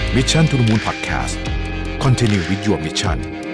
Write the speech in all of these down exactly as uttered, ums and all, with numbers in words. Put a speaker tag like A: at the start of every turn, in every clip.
A: Mission to the Moon Podcast Continue with your mission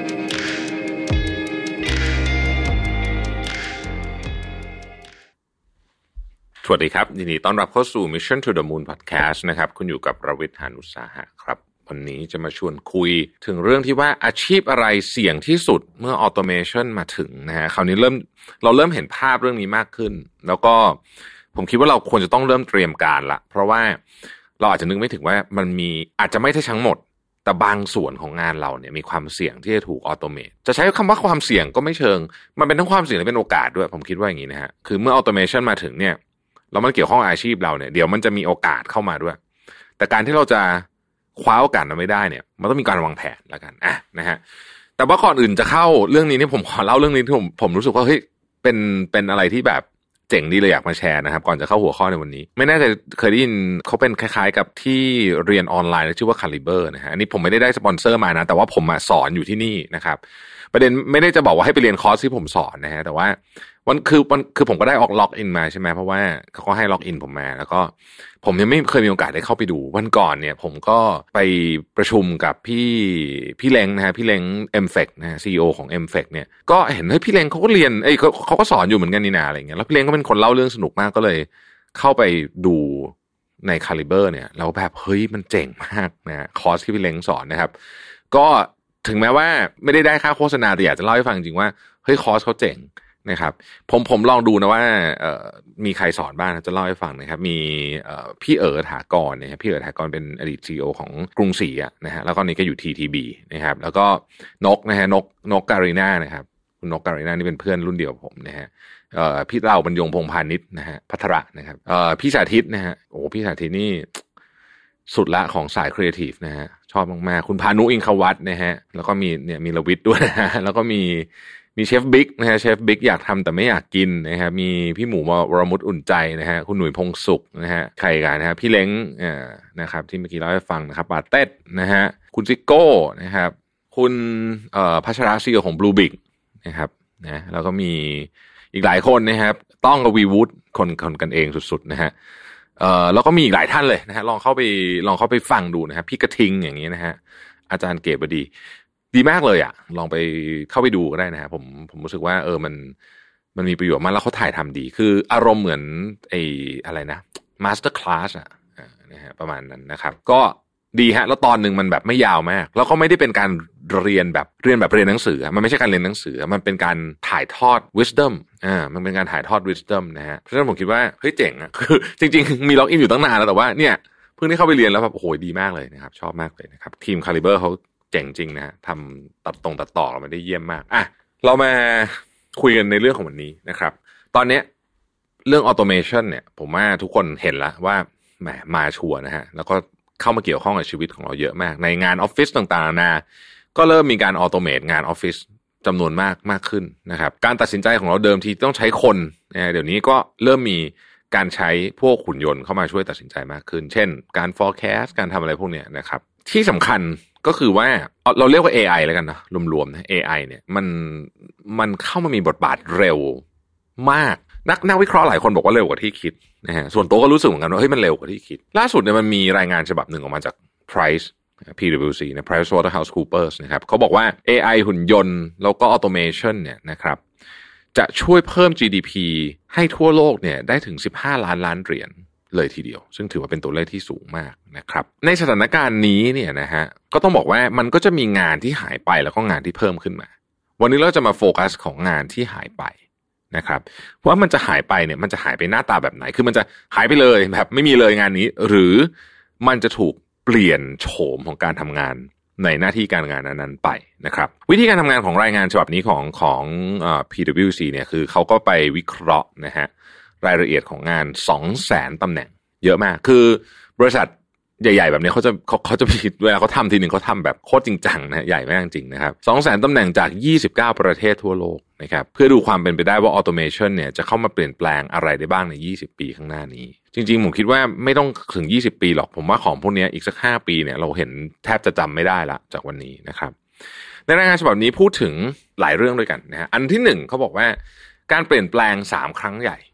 B: สวัสดีครับยินดีต้อนรับเข้าสู่ Mission to the Moon Podcast นะครับคุณอยู่กับรวิทย์ หาญอุตสาหะครับวันนี้จะมาชวนคุยถึงเรื่องที่ว่าอาชีพอะไรเสี่ยงที่สุดเมื่อออโตเมชันมาถึงนะฮะคราวนี้เริ่มเราเริ่มเห็นภาพเรื่องนี้มากขึ้นแล้วก็ผมคิดว่าเราควรจะต้องเริ่มเตรียมการละเพราะว่าเราอาจจะนึกไม่ถึงว่ามันมีอาจจะไม่ใช่ทั้งหมดแต่บางส่วนของงานเราเนี่ยมีความเสี่ยงที่จะถูกออโตเมตจะใช้คำว่าความเสี่ยงก็ไม่เชิงมันเป็นทั้งความเสี่ยงและเป็นโอกาสด้วยผมคิดว่าอย่างนี้นะฮะคือเมื่อออโตเมชันมาถึงเนี่ยแล้วมันเกี่ยวข้องกับอาชีพเราเนี่ยเดี๋ยวมันจะมีโอกาสเข้ามาด้วยแต่การที่เราจะคว้าโอกาสนั้นไม่ได้เนี่ยมันต้องมีการวางแผนแล้วกันอ่ะนะฮะแต่ว่าก่อนอื่นจะเข้าเรื่องนี้นี่ผมขอเล่าเรื่องนี้ที่ผมผมรู้สึกว่าเฮ้ยเป็นเป็นอะไรที่แบบเจ๋งดีเลยอยากมาแชร์นะครับก่อนจะเข้าหัวข้อในวันนี้ไม่แน่ใจเคยได้ยินเขาเป็นคล้ายๆกับที่เรียนออนไลน์ชื่อว่า Caliber นะฮะอันนี้ผมไม่ได้ได้สปอนเซอร์มานะแต่ว่าผมมาสอนอยู่ที่นี่นะครับประเด็นไม่ได้จะบอกว่าให้ไปเรียนคอร์สที่ผมสอนนะฮะแต่ว่าวันคือวันคือผมก็ได้ออกล็อกอินมาใช่ไหมเพราะว่าเขาก็ให้ล็อกอินผมมาแล้วก็ผมยังไม่เคยมีโอกาสได้เข้าไปดูวันก่อนเนี่ยผมก็ไปประชุมกับพี่พี่เล้งนะฮะพี่เล้ง เอ็ม เอฟ อี ซี นะฮะ ซี อี โอ ของ เอ็ม เอฟ อี ซี เนี่ยก็เห็นเฮ้ยพี่เล้งเขาก็เรียนเอ้ยเขาเขาก็สอนอยู่เหมือนกันนี่นาอะไรอย่างเงี้ยแล้วพี่เล้งก็เป็นคนเล่าเรื่องสนุกมากก็เลยเข้าไปดูใน Caliber เนี่ยแล้วแบบเฮ้ยมันเจ๋งมากนะคอร์สที่พี่เล้งสอนนะครับก็ถึงแม้ว่าไม่ได้ได้ค่าโฆษณาแต่อยากจะเล่าให้ฟังจริงว่าเฮ้ยคอร์สเขาเจ๋งนะครับผมผมลองดูนะว่าเอ่อมีใครสอนบ้างจะเล่าให้ฟังนะครับมีเอ่อพี่เอ๋อถากรนะครับพี่เอ๋อถากรเป็นอดีต ซี อี โอ ของกรุงศรีอ่ะนะฮะแล้วก็นี่ก็อยู่ ที ที บี นะครับแล้วก็นกนะฮะนกนกการีน่านะครับคุณนกการีน่านี่เป็นเพื่อนรุ่นเดียวกับผมนะฮะเอ่อพี่เราบรรยงพงษ์พานิชนะฮะภัทระนะครับเอ่อพี่สาธิตนะฮะโอ้พี่สาธิตนี่สุดละของสายครีเอทีฟนะฮะชอบมากๆคุณพานุอิงควัฒน์นะฮะแล้วก็มีเนี่ยมีลวิทย์ด้วยนะฮะแล้วก็มีมีเชฟบิ๊กนะฮะเชฟบิ๊กอยากทำแต่ไม่อยากกินนะครับมีพี่หมูวรมุตอุ่นใจนะฮะคุณหนุ่ยพงสุขนะฮะใครกันนะฮะพี่เล้งอ่านะครับที่เมื่อกี้เล่าให้ฟังนะครับปาเต้นะฮะคุณซิโก้นะครับคุณเอ่อพัชระซีของบลูบิกนะครับนะแล้วก็มีอีกหลายคนนะครับต้องกับวีวูดคนคนกันเองสุดๆนะฮะเอ่อแล้วก็มีอีกหลายท่านเลยนะฮะลองเข้าไปลองเข้าไปฟังดูนะครับพี่กระทิงอย่างนี้นะฮะอาจารย์เกศบดีดีมากเลยอ่ะลองไปเข้าไปดูก็ได้นะฮะผมผมรู้สึกว่าเออมันมันมีประโยชน์มากแล้วเขาถ่ายทำดีคืออารมณ์เหมือนไอ้อะไรนะมาสเตอร์คลาสอ่ะนะฮะประมาณนั้นนะครับก็ดีฮะแล้วตอนหนึ่งมันแบบไม่ยาวมากแล้วก็ไม่ได้เป็นการเรียนแบบเรียนแบบเรียนหนังสือมันไม่ใช่การเรียนหนังสือมันเป็นการถ่ายทอด wisdom อ่ามันเป็นการถ่ายทอด wisdom นะฮะเพราะฉะนั้นผมคิดว่าเฮ้ยเจ๋งอ่ะคือจริงๆมีล็อกอินอยู่ตั้งนานแล้วแต่ว่าเนี่ยเพิ่งได้เข้าไปเรียนแล้วแบบโอ้โหดีมากเลยนะครับชอบมากเลยนะครับทีม Caliber เขาเจ๋งจริงนะทำตัดตรงตัดต่อเราไม่ได้เยี่ยมมากอ่ะเรามาคุยกันในเรื่องของวันนี้นะครับตอนนี้เรื่องออโตเมชันเนี่ยผมว่าทุกคนเห็นแล้วว่าแหมมาชัวร์นะฮะแล้วก็เข้ามาเกี่ยวข้องกับชีวิตของเราเยอะมากในงานออฟฟิศต่างๆนาก็เริ่มมีการออโตเมตงานออฟฟิศจำนวนมากมากขึ้นนะครับการตัดสินใจของเราเดิมที่ต้องใช้คนนะเดี๋ยวนี้ก็เริ่มมีการใช้พวกหุ่นยนต์เข้ามาช่วยตัดสินใจมากขึ้นเช่นการ forecast การทำอะไรพวกเนี้ยนะครับที่สำคัญก็คือว่าเราเรียกว่า เอ ไอ แล้วกันนะรวมๆนะ เอ ไอ เนี่ยมันมันเข้ามามีบทบาทเร็วมากนักนักวิเคราะห์หลายคนบอกว่าเร็วกว่าที่คิดนะฮะส่วนตัวก็รู้สึกเหมือนกันว่าเฮ้ยมันเร็วกว่าที่คิดล่าสุดเนี่ยมันมีรายงานฉบับหนึ่งออกมาจาก Price พี ดับเบิลยู ซี นะ PricewaterhouseCoopers นะครับเขาบอกว่า เอ ไอ หุ่นยนต์แล้วก็ automation เนี่ยนะครับจะช่วยเพิ่ม จี ดี พี ให้ทั่วโลกเนี่ยได้ถึงสิบห้าล้านล้านเหรียญเลยทีเดียวซึ่งถือว่าเป็นตัวเลขที่สูงมากนะครับในสถานการณ์นี้เนี่ยนะฮะก็ต้องบอกว่ามันก็จะมีงานที่หายไปแล้วก็งานที่เพิ่มขึ้นมาวันนี้เราจะมาโฟกัสของงานที่หายไปนะครับว่ามันจะหายไปเนี่ยมันจะหายไปหน้าตาแบบไหนคือมันจะหายไปเลยแบบไม่มีเลยงานนี้หรือมันจะถูกเปลี่ยนโฉมของการทำงานในหน้าที่การงานนั้นๆไปนะครับวิธีการทำงานของรายงานฉบับนี้ของของเอ่อ พี ดับเบิลยู ซี เนี่ยคือเขาก็ไปวิเคราะห์นะฮะรายละเอียดของงาน สองแสน ตำแหน่งเยอะมากคือบริษัทใหญ่ๆแบบนี้เขาจะเขาเขาจะมีเวลาเขาทำทีหนึ่งเขาทำแบบโคตรจริงจังนะใหญ่มากจริงนะครับ สองแสน ตำแหน่งจากยี่สิบเก้าประเทศทั่วโลกนะครับเพื่อดูความเป็นไปได้ว่าออโตเมชันเนี่ยจะเข้ามาเปลี่ยนแปลงอะไรได้บ้างในยี่สิบปีข้างหน้านี้จริงๆผมคิดว่าไม่ต้องถึงยี่สิบปีหรอกผมว่าของพวกนี้อีกสักห้าปีเนี่ยเราเห็นแทบจะจำไม่ได้ละจากวันนี้นะครับในรายงานฉบับนี้พูดถึงหลายเรื่องด้วยกันนะฮะอันที่หนึ่งเขาบอกว่าการเปลี่ยนแปลงสามครั้งใหญ่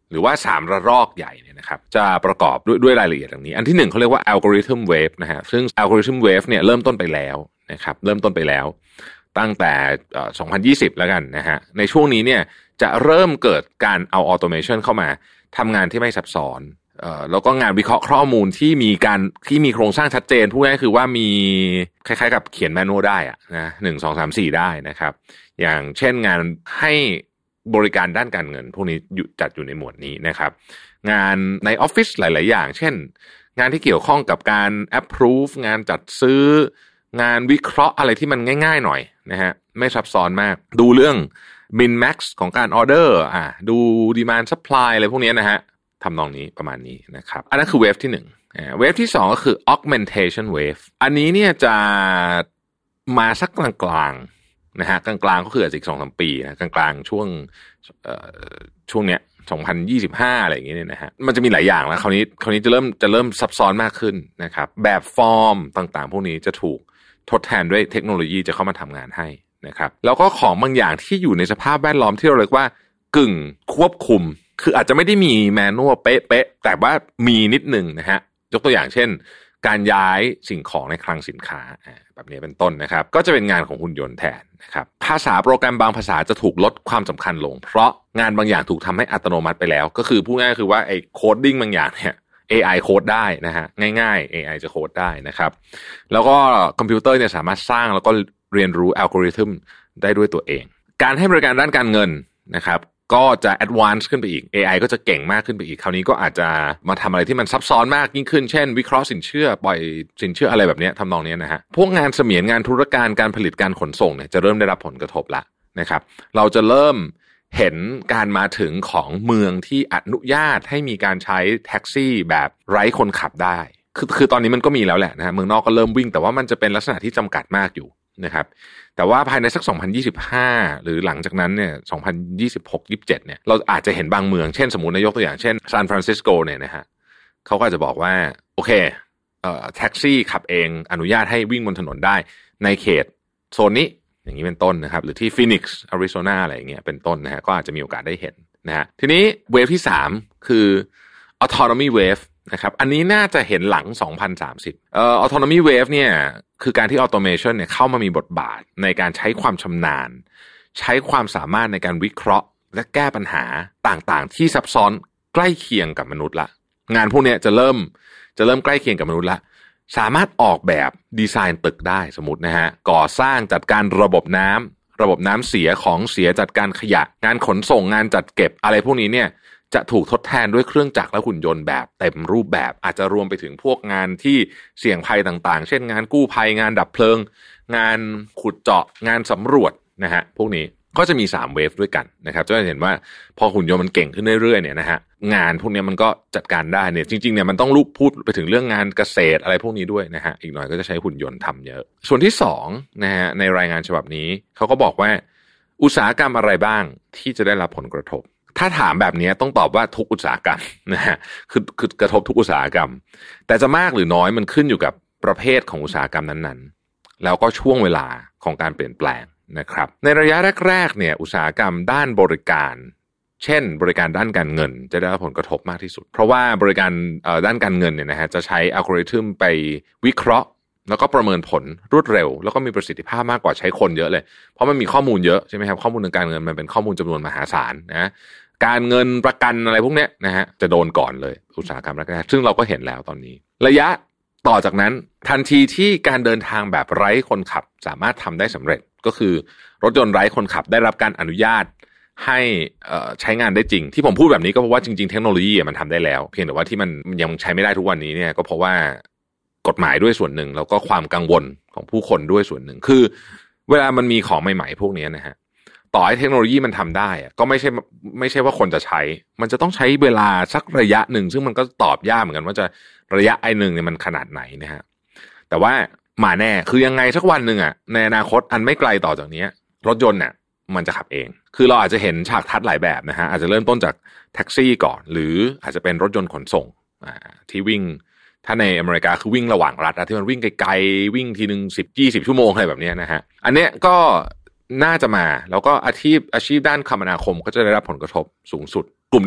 B: หรือว่าสามระลอกใหญ่เนี่ยนะครับจะประกอบด้วยด้วยรายละเอียดอย่างนี้อันที่หนึ่งเขาเรียกว่า algorithm wave นะฮะซึ่ง algorithm wave เนี่ยเริ่มต้นไปแล้วนะครับเริ่มต้นไปแล้วตั้งแต่สองพันยี่สิบแล้วกันนะฮะในช่วงนี้เนี่ยจะเริ่มเกิดการเอา automation เข้ามาทำงานที่ไม่ซับซ้อนเอ่อแล้วก็งานวิเคราะห์ข้อมูลที่มีการที่มีโครงสร้างชัดเจนพูดง่ายๆคือว่ามีคล้ายๆกับเขียนแมนนวลได้อะนะหนึ่ง สอง สาม สี่ได้นะครับอย่างเช่นงานให้บริการด้านการเงินพวกนี้อยู่จัดอยู่ในหมวดนี้นะครับงานในออฟฟิศหลายๆอย่างเช่นงานที่เกี่ยวข้องกับการ approve งานจัดซื้องานวิเคราะห์อะไรที่มันง่ายๆหน่อยนะฮะไม่ซับซ้อนมากดูเรื่อง min max ของการออเดอร์อ่ะดู demand supply อะไรพวกนี้นะฮะทำนองนี้ประมาณนี้นะครับอันนั้นคือเวฟที่หนึ่งเวฟที่สองก็คือ augmentation wave อันนี้เนี่ยจะมาสักกลางๆนะฮะกลางๆก็คืออาจจะอีก สองถึงสาม ปีนะกลางๆช่วงเอ่อช่วงเนี้ยสองพันยี่สิบห้าอะไรอย่างเงี้ยนะฮะมันจะมีหลายอย่างแล้วคราวนี้คราวนี้จะเริ่มจะเริ่มซับซ้อนมากขึ้นนะครับแบบฟอร์มต่างๆพวกนี้จะถูกทดแทนด้วยเทคโนโลยีจะเข้ามาทำงานให้นะครับแล้วก็ของบางอย่างที่อยู่ในสภาพแวดล้อมที่เราเรียกว่ากึ่งควบคุมคืออาจจะไม่ได้มีแมนนวลเป๊ะๆแต่ว่ามีนิดนึงนะฮะยกตัวอย่างเช่นการย้ายสิ่งของในคลังสินค้าแบบนี้เป็นต้นนะครับก็จะเป็นงานของหุ่นยนต์แทนนะครับภาษาโปรแกรมบางภาษาจะถูกลดความสำคัญลงเพราะงานบางอย่างถูกทำให้อัตโนมัติไปแล้วก็คือพูดง่ายๆคือว่าไอ้โคดดิ้งบางอย่างเนี่ย เอ ไอ โค้ดได้นะฮะง่ายๆ เอ ไอ จะโค้ดได้นะครับแล้วก็คอมพิวเตอร์เนี่ยสามารถสร้างแล้วก็เรียนรู้อัลกอริทึมได้ด้วยตัวเองการให้บริการด้านการเงินนะครับก็จะแอดวานซ์ขึ้นไปอีก เอ ไอ ก็จะเก่งมากขึ้นไปอีกคราวนี้ก็อาจจะมาทำอะไรที่มันซับซ้อนมากยิ่งขึ้นเช่นวิเคราะห์สินเชื่อปล่อยสินเชื่ออะไรแบบนี้ทำนองนี้นะฮะพวกงานเสมียนงานธุรการการผลิตการขนส่งเนี่ยจะเริ่มได้รับผลกระทบละนะครับเราจะเริ่มเห็นการมาถึงของเมืองที่อนุญาตให้มีการใช้แท็กซี่แบบไร้คนขับได้คือคือตอนนี้มันก็มีแล้วแหละนะฮะเมืองนอกก็เริ่มวิ่งแต่ว่ามันจะเป็นลักษณะที่จำกัดมากอยู่นะครับแต่ว่าภายในสักสองพันยี่สิบห้าหรือหลังจากนั้นเนี่ยสองพันยี่สิบหก ยี่สิบเจ็ดเนี่ยเราอาจจะเห็นบางเมืองเช่นสมมุตินายกตัวอย่างเช่นซานฟรานซิสโกเนี่ยนะฮะเขาก็อาจจะบอกว่าโอเคเอ่อแท็กซี่ขับเองอนุญาตให้วิ่งบนถนนได้ในเขตโซนนี้อย่างนี้เป็นต้นนะครับหรือที่ฟีนิกซ์อาริโซนาอะไรอย่างเงี้ยเป็นต้นนะฮะก็อาจจะมีโอกาสได้เห็นนะฮะทีนี้เวฟที่สามคือ autonomy wave นะครับอันนี้น่าจะเห็นหลังสองพันสามสิบเอ่อ autonomy wave เนี่ยคือการที่ automation เนี่ยเข้ามามีบทบาทในการใช้ความชำนาญใช้ความสามารถในการวิเคราะห์และแก้ปัญหาต่างๆที่ซับซ้อนใกล้เคียงกับมนุษย์ละงานพวกนี้จะเริ่มจะเริ่มใกล้เคียงกับมนุษย์ละสามารถออกแบบดีไซน์ตึกได้สมมุตินะฮะก่อสร้างจัดการระบบน้ำระบบน้ำเสียของเสียจัดการขยะงานขนส่งงานจัดเก็บอะไรพวกนี้เนี่ยจะถูกทดแทนด้วยเครื่องจักรและหุ่นยนต์แบบเต็มรูปแบบอาจจะรวมไปถึงพวกงานที่เสี่ยงภัยต่างๆเช่นงานกู้ภัยงานดับเพลิงงานขุดเจาะงานสำรวจนะฮะพวกนี้ก็จะมีสามเวฟด้วยกันนะครับจะเห็นว่าพอหุ่นยนต์มันเก่งขึ้นเรื่อยๆเนี่ยนะฮะงานพวกนี้มันก็จัดการได้เนี่ยจริงๆเนี่ยมันต้องลุกพูดไปถึงเรื่องงานเกษตรอะไรพวกนี้ด้วยนะฮะอีกหน่อยก็จะใช้หุ่นยนต์ทำเยอะส่วนที่สองนะฮะในรายงานฉบับนี้เขาก็บอกว่าอุตสาหกรรมอะไรบ้างที่จะได้รับผลกระทบถ้าถามแบบนี้ต้องตอบว่าทุกอุตสาหกรรมนะฮะคือคือกระทบทุกอุตสาหกรรมแต่จะมากหรือน้อยมันขึ้นอยู่กับประเภทของอุตสาหกรรมนั้นๆแล้วก็ช่วงเวลาของการเปลี่ยนแปลงนะครับในระยะแรกๆเนี่ยอุตสาหกรรมด้านบริการเช่นบริการด้านการเงินจะได้รับผลกระทบมากที่สุดเพราะว่าบริการด้านการเงินเนี่ยนะฮะจะใช้อัลกอริทึมไปวิเคราะห์แล้วก็ประเมินผลรวดเร็วแล้วก็มีประสิทธิภาพมากกว่าใช้คนเยอะเลยเพราะมันมีข้อมูลเยอะใช่ไหมครับข้อมูลทางการเงินมันเป็นข้อมูลจำนวนมหาศาลนะการเงินประกันอะไรพวกนี้นะฮะจะโดนก่อนเลยอุตสาหกรรมแรกๆซึ่งเราก็เห็นแล้วตอนนี้ระยะต่อจากนั้นทันทีที่การเดินทางแบบไร้คนขับสามารถทำได้สำเร็จก็คือรถยนต์ไร้คนขับได้รับการอนุญาตให้ใช้งานได้จริงที่ผมพูดแบบนี้ก็เพราะว่าจริงๆเทคโนโลยีมันทำได้แล้วเพียงแต่ว่าที่มันยังใช้ไม่ได้ทุกวันนี้เนี่ยก็เพราะว่ากฎหมายด้วยส่วนหนึ่งแล้วก็ความกังวลของผู้คนด้วยส่วนหนึ่งคือเวลามันมีของใหม่ๆพวกนี้นะฮะต่อให้เทคโนโลยีมันทำได้ก็ไม่ใช่ไม่ใช่ว่าคนจะใช้มันจะต้องใช้เวลาสักระยะหนึ่งซึ่งมันก็ตอบยากเหมือนกันว่าจะระยะไอ้หนึ่งเนี่ยมันขนาดไหนนะฮะแต่ว่ามาแน่คือยังไงสักวันหนึ่งอ่ะในอนาคตอันไม่ไกลต่อจากนี้รถยนต์เนี่ยมันจะขับเองคือเราอาจจะเห็นฉากทัศน์หลายแบบนะฮะอาจจะเริ่มต้นจากแท็กซี่ก่อนหรืออาจจะเป็นรถยนต์ขนส่งอ่าที่วิ่งถ้าในอเมริกาคือวิ่งระหว่างรัฐอะที่มันวิ่งไกลๆวิ่งทีนึงสิบ ยี่สิบชั่วโมงอะไรแบบนี้นะฮะอันเนี้ยก็น่าจะมาแล้วก็อาชีพอาชีพด้านคมนาคมก็จะได้รับผลกระทบสูงสุดกลุ่มเนี้ย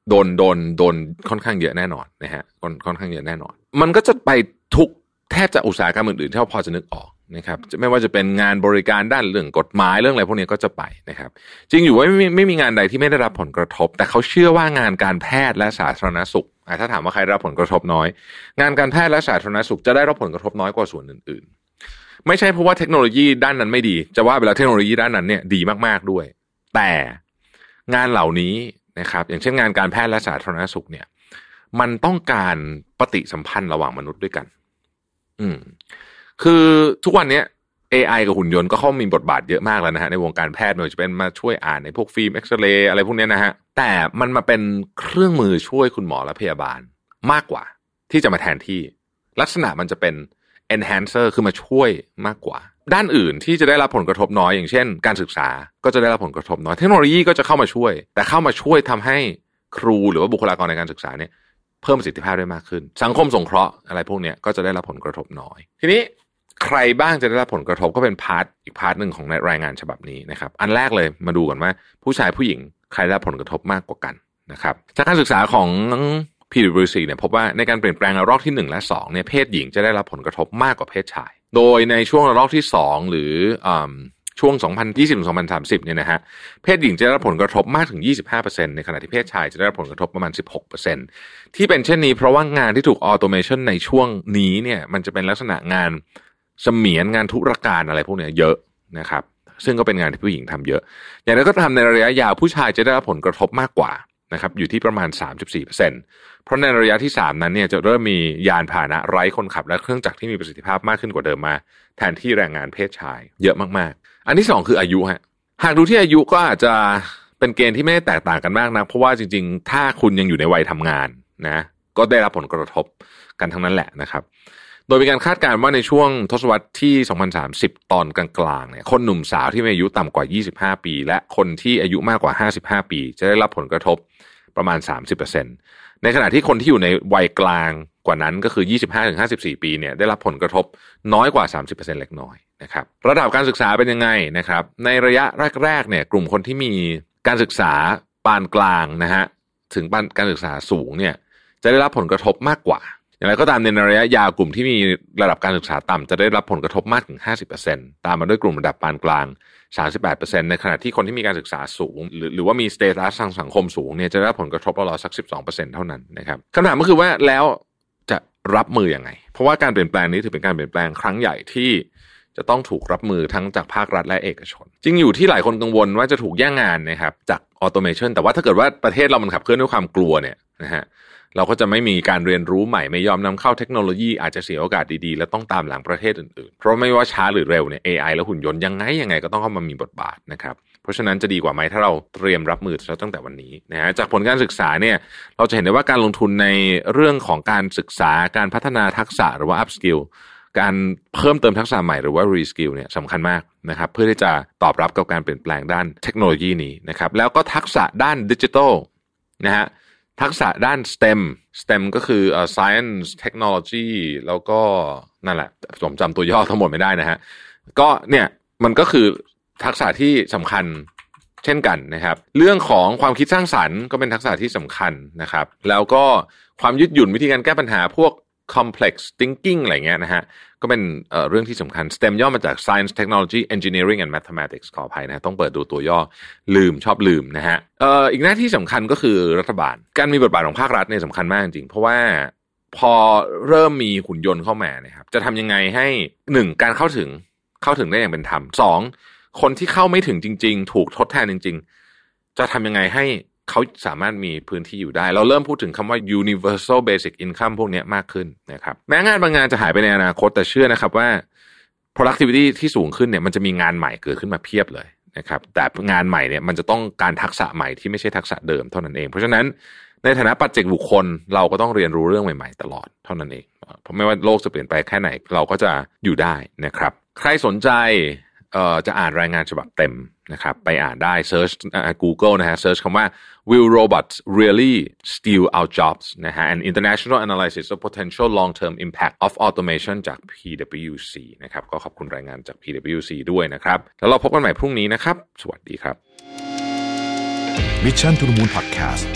B: โดนโดนโดนค่อนข้างเยอะแน่นอนนะฮะค่อนข้างเยอะแน่นอนมันก็จะไปทุกแทบจะอุตสาหกรรมอื่นๆที่เราพอจะนึกออกนะครับไม่ว่าจะเป็นงานบริการด้านเรื่องกฎหมายเรื่องอะไรพวกนี้ก็จะไปนะครับจริงอยู่ว่าไม่มีไม่มีงานใดที่ไม่ได้รับผลกระทบแต่เขาเชื่อว่างานการแพทย์และสาธารณสุขถ้าถามว่าใครรับผลกระทบน้อยงานการแพทย์และสาธารณสุขจะได้รับผลกระทบน้อยกว่าส่วนอื่นๆไม่ใช่เพราะว่าเทคโนโลยีด้านนั้นไม่ดีจะว่าไปแล้วเทคโนโลยีด้านนั้นเนี่ยดีมากๆด้วยแต่งานเหล่านี้นะครับอย่างเช่นงานการแพทย์และสาธารณสุขเนี่ยมันต้องการปฏิสัมพันธ์ระหว่างมนุษย์ด้วยกันอืมคือทุกวันนี้ เอ ไอ กับหุ่นยนต์ก็เข้ามีบทบาทเยอะมากแล้วนะฮะในวงการแพทย์ไม่ว่าจะเป็นมาช่วยอ่านในพวกฟิล์มเอ็กซเรย์อะไรพวกนี้นะฮะแต่มันมาเป็นเครื่องมือช่วยคุณหมอและพยาบาลมากกว่าที่จะมาแทนที่ลักษณะมันจะเป็น enhancer คือมาช่วยมากกว่าด้านอื่นที่จะได้รับผลกระทบน้อยอย่างเช่นการศึกษาก็จะได้รับผลกระทบน้อยเทคโนโลยีก็จะเข้ามาช่วยแต่เข้ามาช่วยทำให้ครูหรือว่าบุคลากรในการศึกษาเนี่ยเพิ่มประสิทธิภาพได้มากขึ้นสังคมสงเคราะห์อะไรพวกนี้ก็จะได้รับผลกระทบน้อยทีนี้ใครบ้างจะได้รับผลกระทบก็เป็นพาร์ทอีกพาร์ทนึงของในรายงานฉบับนี้นะครับอันแรกเลยมาดูกันว่าผู้ชายผู้หญิงใครได้รับผลกระทบมากกว่ากันนะครับจากการศึกษาของ พี ดับเบิลยู ซี เนี่ยพบว่าในการเปลี่ยนแปลงระลอกที่หนึ่งและสองเนี่ยเพศหญิงจะได้รับผลกระทบมากกว่าเพศชายโดยในช่วงระลอกที่สองหรืออ่าช่วงสองพันยี่สิบถึงสองพันสามสิบเนี่ยนะฮะเพศหญิงจะได้รับผลกระทบมากถึง ยี่สิบห้าเปอร์เซ็นต์ ในขณะที่เพศชายจะได้รับผลกระทบประมาณ สิบหกเปอร์เซ็นต์ ที่เป็นเช่นนี้เพราะว่างานที่ถูกออโตเมชันในช่วงนี้เนี่ยมันจะเป็นลักษณะงานเสมียนงานธุรการอะไรพวกนี้เยอะนะครับซึ่งก็เป็นงานที่ผู้หญิงทำเยอะอย่างไรก็ตามในระยะยาวผู้ชายจะได้รับผลกระทบมากกว่านะครับอยู่ที่ประมาณ สามสิบสี่เปอร์เซ็นต์ เพราะในระยะที่สามนั้นเนี่ยจะเริ่มมียานพาหนะไร้คนขับและเครื่องจักรที่มีประสิทธิภาพมากขึ้นกว่าเดิมมาแทนที่แรงงานเพศชายเยอะมากๆอันที่สองคืออายุฮะหากดูที่อายุก็อาจจะเป็นเกณฑ์ที่ไม่ได้แตกต่างกันมากนะเพราะว่าจริงๆถ้าคุณยังอยู่ในวัยทำงานนะก็ได้รับผลกระทบกันทั้งนั้นแหละนะครับโดยมีการคาดการณ์ว่าในช่วงทศวรรษที่สองพันสามสิบตอนกลางๆเนี่ยคนหนุ่มสาวที่มีอายุต่ำกว่ายี่สิบห้าปีและคนที่อายุมากกว่าห้าสิบห้าปีจะได้รับผลกระทบประมาณ สามสิบเปอร์เซ็นต์ ในขณะที่คนที่อยู่ในวัยกลางกว่านั้นก็คือ ยี่สิบห้าถึงห้าสิบสี่ ปีเนี่ยได้รับผลกระทบน้อยกว่า สามสิบเปอร์เซ็นต์ เล็กน้อยนะครับระดับการศึกษาเป็นยังไงนะครับในระยะแรกๆเนี่ยกลุ่มคนที่มีการศึกษาปานกลางนะฮะถึงปานการศึกษาสูงเนี่ยจะได้รับผลกระทบมากกว่าอย่างไรก็ตามในระยะยาวกลุ่มที่มีระดับการศึกษาต่ำจะได้รับผลกระทบมากถึง ห้าสิบเปอร์เซ็นต์ ตามมาด้วยกลุ่มระดับปานกลาง สามสิบแปดเปอร์เซ็นต์ ในขณะที่คนที่มีการศึกษาสูงหรือหรือว่ามีสเตตัสทางสังคมสูงเนี่ยจะได้รับผลกระทบราวๆสัก สิบสองเปอร์เซ็นต์ เท่านั้นนะครับคำถามก็คือว่าแล้วจะรับมือยังไงเพราะว่าการเปลี่ยนแปลงนี้ถือเป็นการเปลี่ยนแปลงครั้งใหญ่ที่จะต้องถูกรับมือทั้งจากภาครัฐและเอกชนจริงอยู่ที่หลายคนกังวลว่าจะถูกแย่งงานนะครับจากออโตเมชันแต่ว่าถ้าเกิดว่าประเทศเรามันขับเคลื่อนด้วยความกลัวเนี่ยนะฮะเราก็จะไม่มีการเรียนรู้ใหม่ไม่ยอมนำเข้าเทคโนโลยีอาจจะเสียโอกาสดีๆและต้องตามหลังประเทศอื่นๆเพราะไม่ว่าช้าหรือเร็วเนี่ย เอ ไอ และหุ่นยนต์ยังไงยังไงก็ต้องเข้ามามีบทบาทนะครับเพราะฉะนั้นจะดีกว่าไหมถ้าเราเตรียมรับมือตั้งแต่วันนี้นะฮะจากผลการศึกษาเนี่ยเราจะเห็นได้ว่าการลงทุนในเรื่องของการศึกษาการพัฒนาทักษะหรือว่า up skill การเพิ่มเติมทักษะใหม่หรือว่า re skill เนี่ยสำคัญมากนะครับเพื่อที่จะตอบรับกับการเปลี่ยนแปลงด้านเทคโนโลยีนี้นะครับแล้วก็ทักษะด้านดิจิทัลนะฮะทักษะด้าน สเต็ม สเต็ม ก็คือเอ่อ science technology แล้วก็นั่นแหละผมจำตัวย่อทั้งหมดไม่ได้นะฮะก็เนี่ยมันก็คือทักษะที่สำคัญเช่นกันนะครับเรื่องของความคิดสร้างสรรค์ก็เป็นทักษะที่สำคัญนะครับแล้วก็ความยืดหยุ่นวิธีการแก้ปัญหาพวก complex thinking อะไรเงี้ยนะฮะก็เป็นเอ่อเรื่องที่สำคัญ สเต็ม ย่อมาจาก science technology engineering and mathematics ขออภัยนะต้องเปิดดูตัวย่อลืมชอบลืมนะฮะเอ่ออีกหน้าที่สำคัญก็คือรัฐบาลการมีบทบาทของภาครัฐเนี่ยสำคัญมากจริงเพราะว่าพอเริ่มมีหุ่นยนต์เข้ามานะครับจะทำยังไงให้หนึ่งการเข้าถึงเข้าถึงได้อย่างเป็นธรรมสองคนที่เข้าไม่ถึงจริงๆถูกทดแทนจริงๆจะทำยังไงให้เขาสามารถมีพื้นที่อยู่ได้เราเริ่มพูดถึงคำว่า universal basic income พวกนี้มากขึ้นนะครับแม้งานบางงานจะหายไปในอนาคตแต่เชื่อนะครับว่า productivity ที่สูงขึ้นเนี่ยมันจะมีงานใหม่เกิดขึ้นมาเพียบเลยนะครับแต่งานใหม่เนี่ยมันจะต้องการทักษะใหม่ที่ไม่ใช่ทักษะเดิมเท่านั้นเองเพราะฉะนั้นในฐานะปัจเจกบุคคลเราก็ต้องเรียนรู้เรื่องใหม่ๆตลอดเท่านั้นเองเพราะไม่ว่าโลกจะเปลี่ยนไปแค่ไหนเราก็จะอยู่ได้นะครับใครสนใจเอ่อจะอ่านรายงานฉบับเต็มนะครับไปอ่านได้เซิร์ช Google นะฮะเซิร์ชคำว่า Will robots really steal our jobs นะฮะ An international analysis of potential long-term impact of automation จาก พี ดับเบิลยู ซี นะครับก็ขอบคุณรายงานจาก พี ดับเบิลยู ซี ด้วยนะครับแล้วเราพบกันใหม่พรุ่งนี้นะครับสวัสดีครับ
A: Mission to the Moon Podcast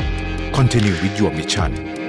A: Continue with your mission